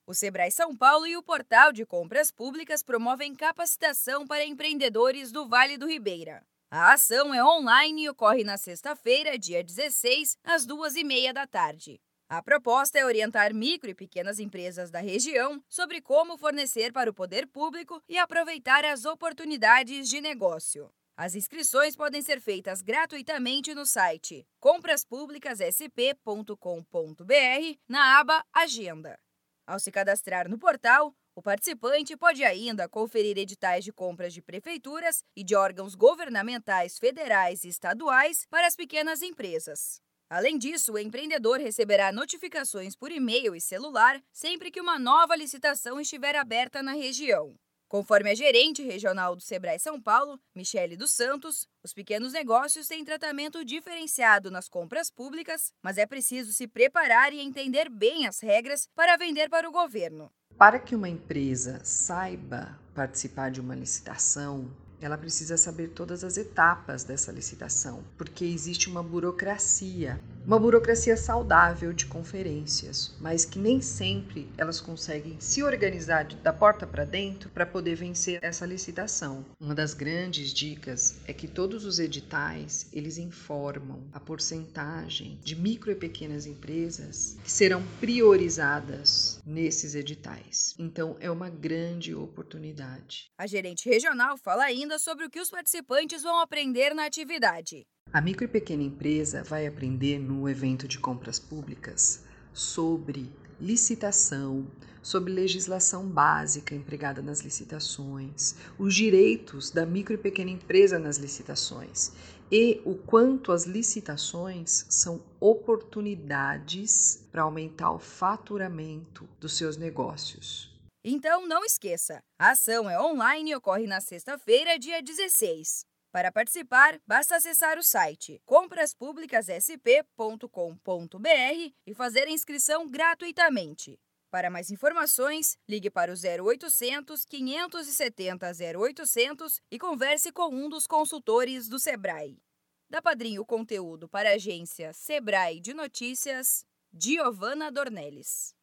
O Sebrae São Paulo e o Portal de Compras Públicas promovem capacitação para empreendedores do Vale do Ribeira. A ação é online e ocorre na sexta-feira, dia 16, às 2h30 da tarde. A proposta é orientar micro e pequenas empresas da região sobre como fornecer para o poder público e aproveitar as oportunidades de negócio. As inscrições podem ser feitas gratuitamente no site compraspublicassp.com.br na aba Agenda. Ao se cadastrar no portal, o participante pode ainda conferir editais de compras de prefeituras e de órgãos governamentais federais e estaduais para as pequenas empresas. Além disso, o empreendedor receberá notificações por e-mail e celular sempre que uma nova licitação estiver aberta na região. Conforme a gerente regional do Sebrae São Paulo, Michele dos Santos, os pequenos negócios têm tratamento diferenciado nas compras públicas, mas é preciso se preparar e entender bem as regras para vender para o governo. Para que uma empresa saiba participar de uma licitação, ela precisa saber todas as etapas dessa licitação, porque existe uma burocracia saudável de conferências, mas que nem sempre elas conseguem se organizar da porta para dentro para poder vencer essa licitação. Uma das grandes dicas é que todos os editais, eles informam a porcentagem de micro e pequenas empresas que serão priorizadas nesses editais. Então, é uma grande oportunidade. A gerente regional fala ainda sobre o que os participantes vão aprender na atividade. A micro e pequena empresa vai aprender no evento de compras públicas sobre licitação, sobre legislação básica empregada nas licitações, os direitos da micro e pequena empresa nas licitações e o quanto as licitações são oportunidades para aumentar o faturamento dos seus negócios. Então, não esqueça, a ação é online e ocorre na sexta-feira, dia 16. Para participar, basta acessar o site compraspublicassp.com.br e fazer a inscrição gratuitamente. Para mais informações, ligue para o 0800 570 0800 e converse com um dos consultores do Sebrae. Da Padrinho Conteúdo para a agência Sebrae de Notícias, Giovana Dornelles.